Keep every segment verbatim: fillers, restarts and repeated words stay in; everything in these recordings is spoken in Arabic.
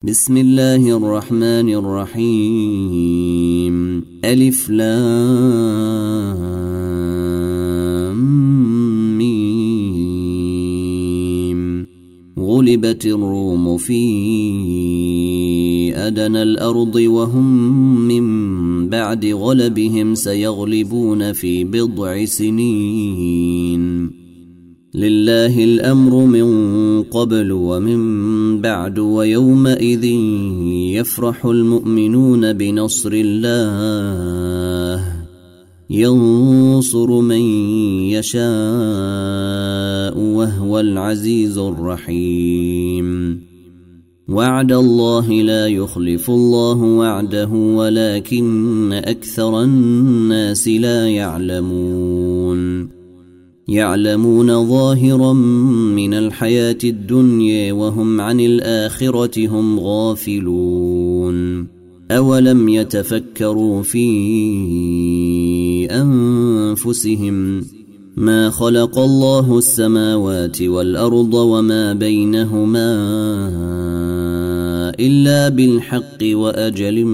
بسم الله الرحمن الرحيم. ألف لام ميم. غلبت الروم في أدنى الأرض وهم من بعد غلبهم سيغلبون في بضع سنين. لله الأمر من قبل ومن بعد ويومئذ يفرح المؤمنون بنصر الله ينصر من يشاء وهو العزيز الرحيم. وعد الله لا يخلف الله وعده ولكن أكثر الناس لا يعلمون. يعلمون ظاهرا من الحياة الدنيا وهم عن الآخرة هم غافلون. أولم يتفكروا في أنفسهم ما خلق الله السماوات والأرض وما بينهما إلا بالحق وأجل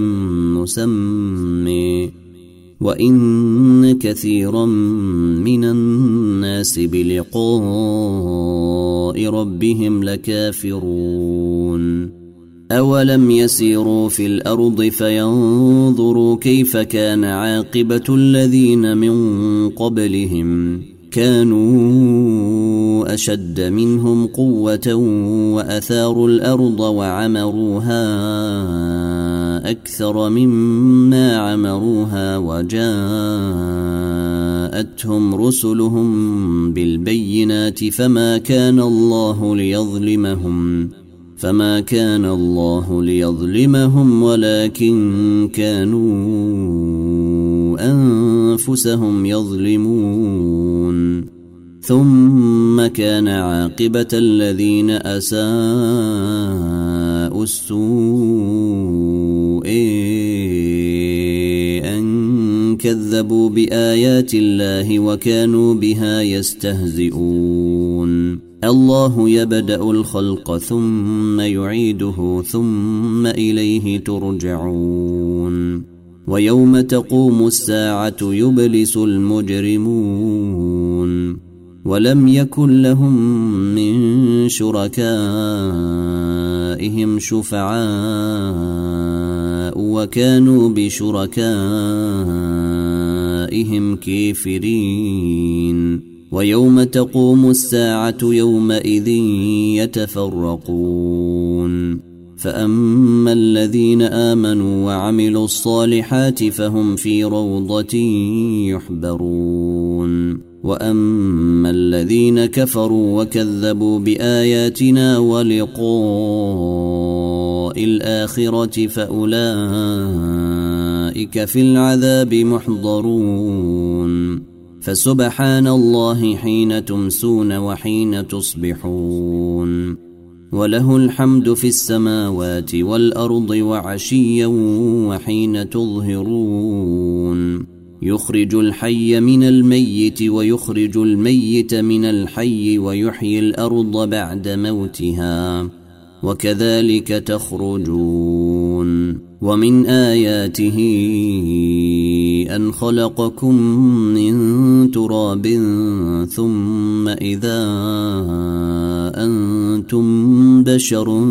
مسمى وإن كثيرا من الناس بلقاء ربهم لكافرون. أولم يسيروا في الأرض فينظروا كيف كان عاقبة الذين من قبلهم كانوا أشد منهم قوة وأثاروا الأرض وعمروها أكثر مما عمروها وجاءتهم رسلهم بالبينات فما كان الله ليظلمهم فما كان الله ليظلمهم ولكن كانوا أنفسهم يظلمون. ثم كان عاقبة الذين أساءوا السوء أن كذبوا بآيات الله وكانوا بها يستهزئون. الله يبدأ الخلق ثم يعيده ثم إليه ترجعون. ويوم تقوم الساعة يبلس المجرمون ولم يكن لهم من شركائهم شفعاء وكانوا بشركائهم كافرين. ويوم تقوم الساعة يومئذ يتفرقون. فأما الذين آمنوا وعملوا الصالحات فهم في روضة يحبرون. وأما الذين كفروا وكذبوا بآياتنا ولقاء الآخرة فأولئك في العذاب محضرون. فسبحان الله حين تمسون وحين تصبحون وله الحمد في السماوات والأرض وعشيا وحين تظهرون. يخرج الحي من الميت ويخرج الميت من الحي ويحيي الأرض بعد موتها وكذلك تخرجون. ومن آياته أن خلقكم من تراب ثم إذا أنتم بشر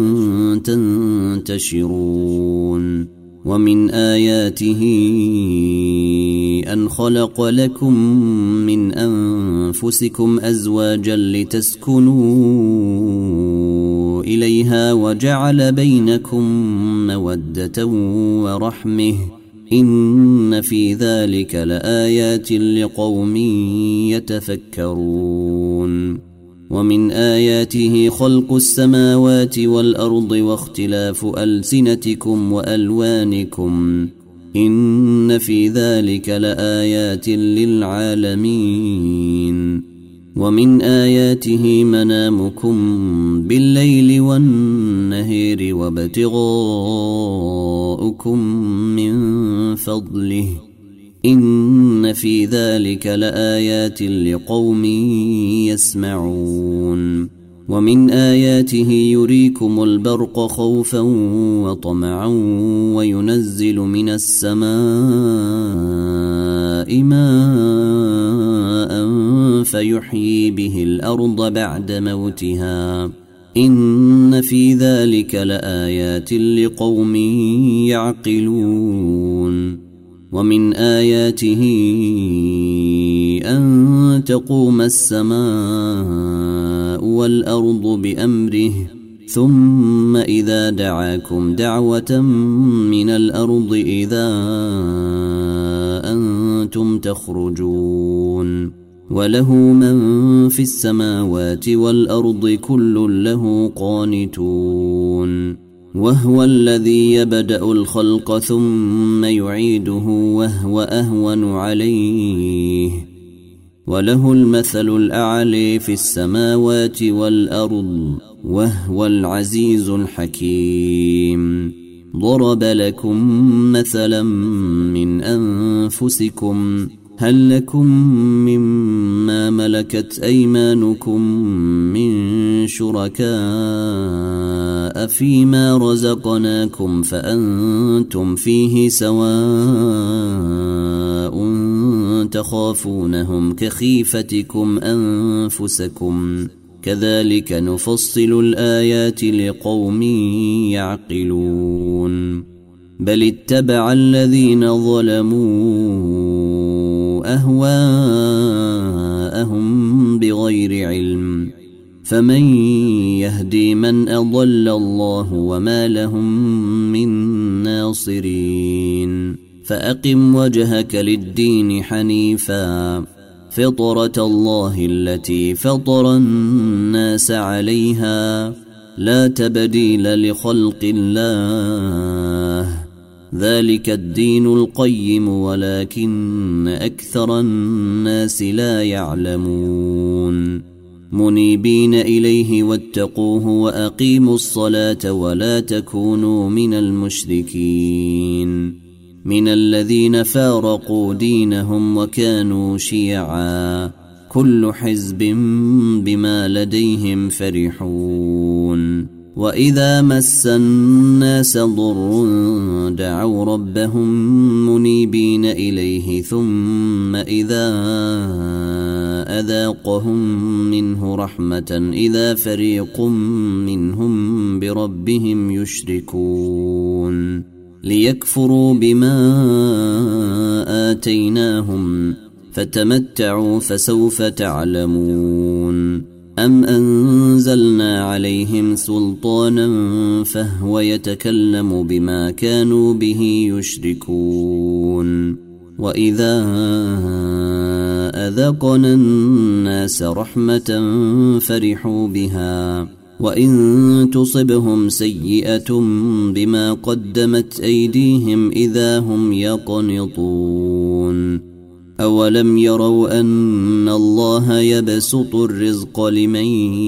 تنتشرون. ومن آياته أن خلق لكم من أنفسكم أزواجا لتسكنوا إليها وجعل بينكم مودة ورحمة إن في ذلك لآيات لقوم يتفكرون. ومن آياته خلق السماوات والأرض واختلاف ألسنتكم وألوانكم إن في ذلك لآيات للعالمين. ومن آياته منامكم بالليل والنهار وابتغاؤكم من فضله إن في ذلك لآيات لقوم يسمعون. ومن آياته يريكم البرق خوفا وطمعا وينزل من السماء ماء فيحيي به الأرض بعد موتها إن في ذلك لآيات لقوم يعقلون. ومن آياته أن تقوم السماء والأرض بأمره ثم إذا دعاكم دعوة من الأرض إذا أنتم تخرجون وله من في السماوات والأرض كل له قانتون وهو الذي يبدأ الخلق ثم يعيده وهو أهون عليه وله المثل الأعلى في السماوات والأرض وهو العزيز الحكيم. ضرب لكم مثلا من أنفسكم هل لكم مما ملكت أيمانكم من شركاء فيما رزقناكم فأنتم فيه سواء تخافونهم كخيفتكم أنفسكم كذلك نفصل الآيات لقوم يعقلون. بل اتبع الذين ظلموا أهواءهم بغير علم فمن يهدي من أضل الله وما لهم من ناصرين. فأقم وجهك للدين حنيفا فطرة الله التي فطر الناس عليها لا تبديل لخلق الله ذلك الدين القيم ولكن أكثر الناس لا يعلمون. منيبين إليه واتقوه وأقيموا الصلاة ولا تكونوا من المشركين من الذين فارقوا دينهم وكانوا شيعا كل حزب بما لديهم فرحون. وإذا مس الناس ضر دعوا ربهم منيبين إليه ثم إذا أذاقهم منه رحمة إذا فريق منهم بربهم يشركون ليكفروا بما آتيناهم فتمتعوا فسوف تعلمون. أم أنزلنا عليهم سلطانا فهو يتكلم بما كانوا به يشركون. وإذا أذقنا الناس رحمة فرحوا بها وإن تصبهم سيئة بما قدمت أيديهم إذا هم يقنطون. أولم يروا أن الله يبسط الرزق لمن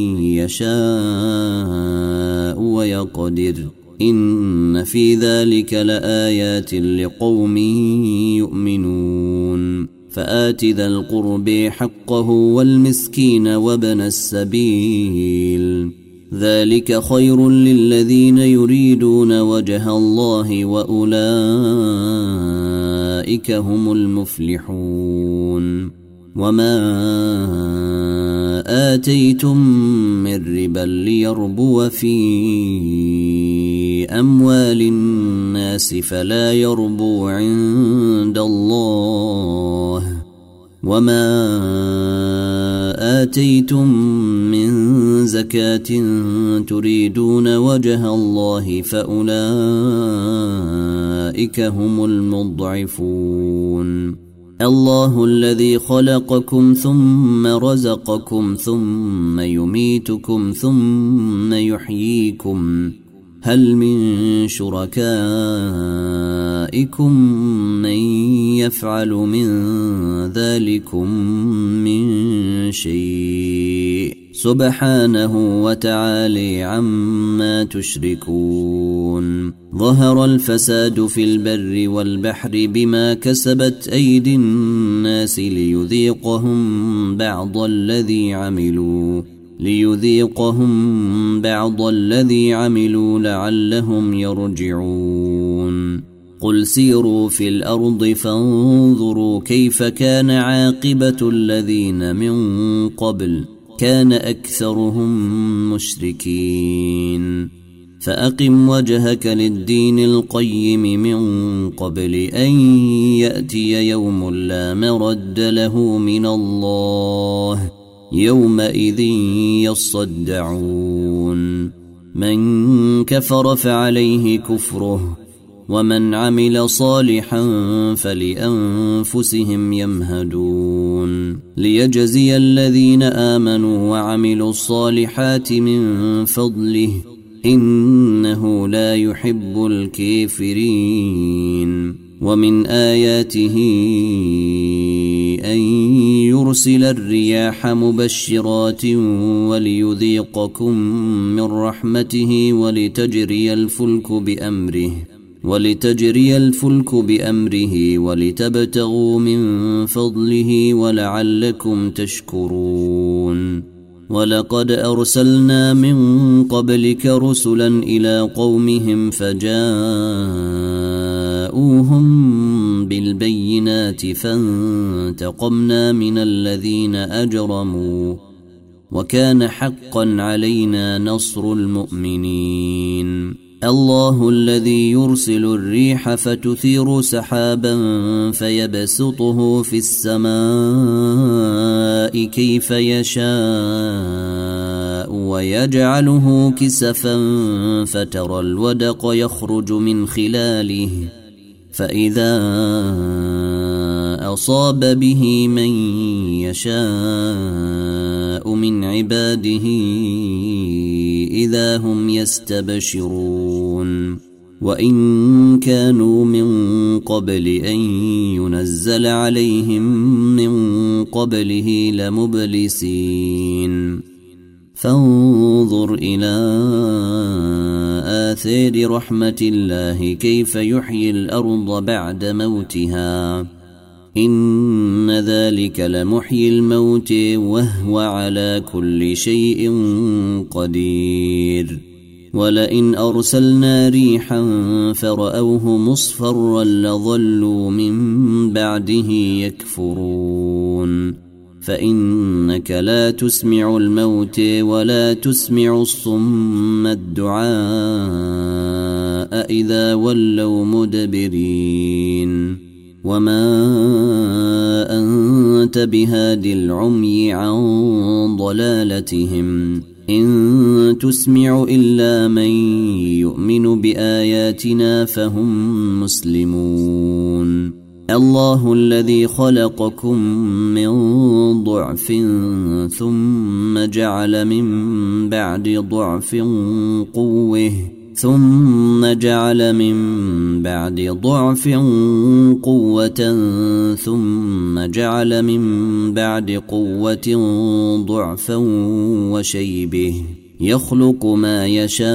يشاء ويقدر إن في ذلك لآيات لقوم يؤمنون. فآت ذا القرب حقه والمسكين وابن السبيل ذلك خير للذين يريدون وجه الله وأولئك هم المفلحون. وما آتيتم من ربا ليربو في أموال الناس فلا يربو عند الله وما آتيتم من زكاة تريدون وجه الله فأولئك هم المضعفون. الله الذي خلقكم ثم رزقكم ثم يميتكم ثم يحييكم هل من شركائكم من يفعل من ذلكم من شيء سبحانه وتعالى عما تشركون. ظهر الفساد في البر والبحر بما كسبت أيدي الناس ليذيقهم بعض الذي عملوا ليذيقهم بعض الذي عملوا لعلهم يرجعون قل سيروا في الأرض فانظروا كيف كان عاقبة الذين من قبل كان أكثرهم مشركين فأقم وجهك للدين القيم من قبل أن يأتي يوم لا مرد له من الله يومئذ يصدعون من كفر فعليه كفره ومن عمل صالحا فلأنفسهم يمهدون ليجزي الذين آمنوا وعملوا الصالحات من فضله إنه لا يحب الكافرين ومن آياته أن يرسل الرياح مبشرات وليذيقكم من رحمته ولتجري الفلك بأمره ولتجري الفلك بأمره ولتبتغوا من فضله ولعلكم تشكرون ولقد أرسلنا من قبلك رسلا إلى قومهم فجاءوهم بالبينات فانتقمنا من الذين أجرموا وكان حقا علينا نصر المؤمنين الله الذي يرسل الريح فتثير سحابا فيبسطه في السماء كيف يشاء ويجعله كسفا فترى الودق يخرج من خلاله فإذا أصاب به من يشاء من عباده إذا هم يستبشرون وإن كانوا من قبل أن ينزل عليهم من قبله لمبلسين فانظر إلى آثار رحمة الله كيف يحيي الأرض بعد موتها إن ذلك لمحيي الموت وهو على كل شيء قدير ولئن أرسلنا ريحا فرأوه مصفرا لظلوا من بعده يكفرون فإنك لا تسمع الموت ولا تسمع الصم الدعاء إذا ولوا مدبرين وما أنت بهاد العمي عن ضلالتهم إن تسمع إلا من يؤمن بآياتنا فهم مسلمون الله الذي خلقكم من ضعف ثم جعل من بعد ضعف قوة ثم جعل من بعد ضعف قوة ثم جعل من بعد قوة ضعفا وشيبه يخلق ما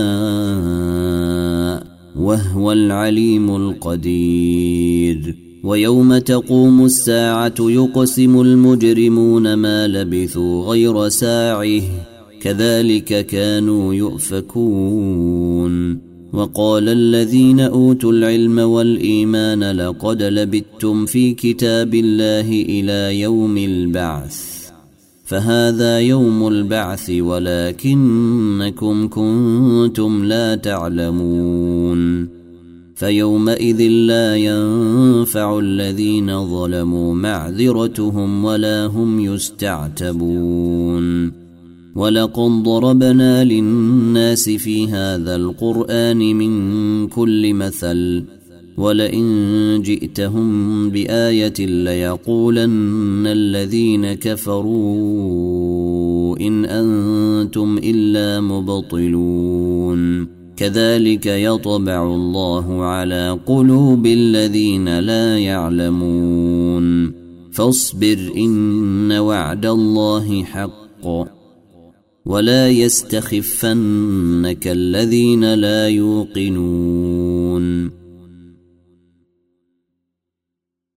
يشاء وهو العليم القدير ويوم تقوم الساعة يقسم المجرمون ما لبثوا غير ساعه كذلك كانوا يؤفكون وقال الذين أوتوا العلم والإيمان لقد لبثتم في كتاب الله إلى يوم البعث فهذا يوم البعث ولكنكم كنتم لا تعلمون فيومئذ لا ينفع الذين ظلموا معذرتهم ولا هم يستعتبون ولقد ضربنا للناس في هذا القرآن من كل مثل ولئن جئتهم بآية ليقولن الذين كفروا إن أنتم إلا مبطلون كذلك يطبع الله على قلوب الذين لا يعلمون فاصبر إن وعد الله حق ولا يستخفنك الذين لا يوقنون